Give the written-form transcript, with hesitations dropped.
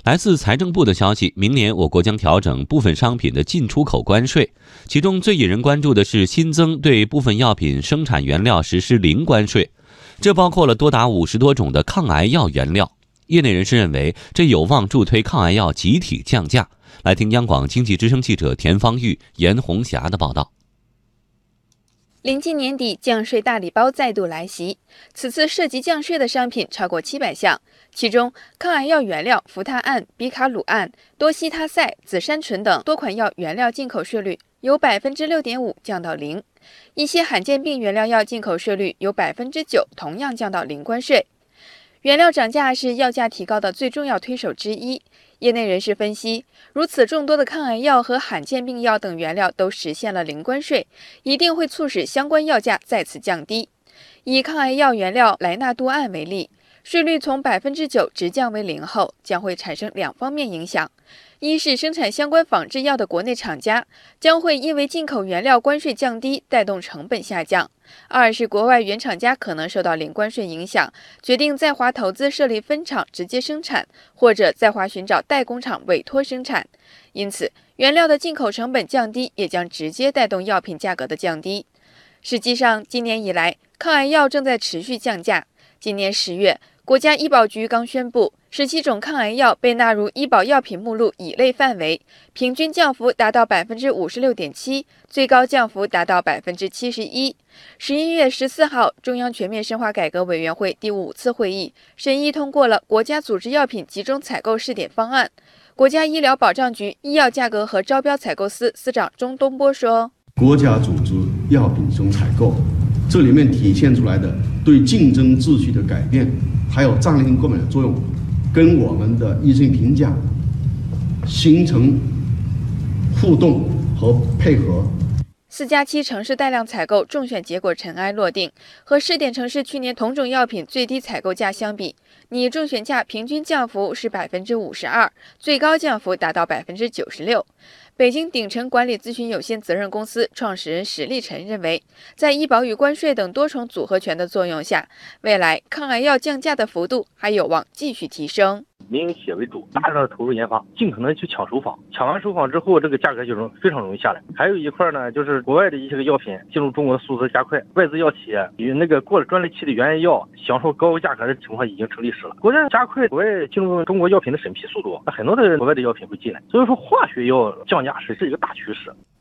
来自财政部的消息，明年我国将调整部分商品的进出口关税，其中最引人关注的是新增对部分药品生产原料实施零关税，这包括了多达50多种的抗癌药原料。业内人士认为，这有望助推抗癌药集体降价。来听央广经济之声记者田方玉、严红霞的报道。 临近年底，降税大礼包再度来袭。此次涉及降税的商品超过700项，其中抗癌药原料福他案、比卡鲁胺、多西他赛、紫杉醇等多款药原料进口税率由6.5%降到0%，一些罕见病原料药进口税率由9%同样降到零关税。原料涨价是药价提高的最重要推手之一。业内人士分析，如此众多的抗癌药和罕见病药等原料都实现了零关税，一定会促使相关药价再次降低。以抗癌药原料莱纳度胺为例，税率从9%直降为0后，将会产生2方面影响。一是生产相关仿制药的国内厂家将会因为进口原料关税降低，带动成本下降；二是国外原厂家可能受到零关税影响，决定在华投资设立分厂直接生产，或者在华寻找代工厂委托生产。因此，原料的进口成本降低，也将直接带动药品价格的降低。实际上，今年以来，抗癌药正在持续降价。今年10月，国家医保局刚宣布，17种抗癌药被纳入医保药品目录乙类范围，平均降幅达到56.7%，最高降幅达到71%。11月14号，中央全面深化改革委员会第5次会议审议通过了国家组织药品集中采购试点方案。国家医疗保障局医药价格和招标采购司司长钟东波说：“ 国家组织药品集中采购，这里面体现出来的对竞争秩序的改变，还有战略性购买的作用，跟我们的医生评价形成互动和配合。” 4+7城市带量采购中选结果尘埃落定，和试点城市去年同种药品最低采购价相比，拟中选价平均降幅是52%，最高降幅达到96%。北京鼎辰管理咨询有限责任公司创始人史立晨认为，在医保与关税等多重组合拳的作用下，未来抗癌药降价的幅度还有望继续提升。 民营企业为主，大量的投入研发，尽可能去抢首仿，抢完首仿之后，这个价格就非常容易下来。还有一块呢，就是国外的一些个药品进入中国的速度加快，外资药企业与那个过了专利期的原研药享受高价格的情况已经成历史了。国家加快国外进入中国药品的审批速度，很多的国外的药品会进来，所以说化学药降价是一个大趋势。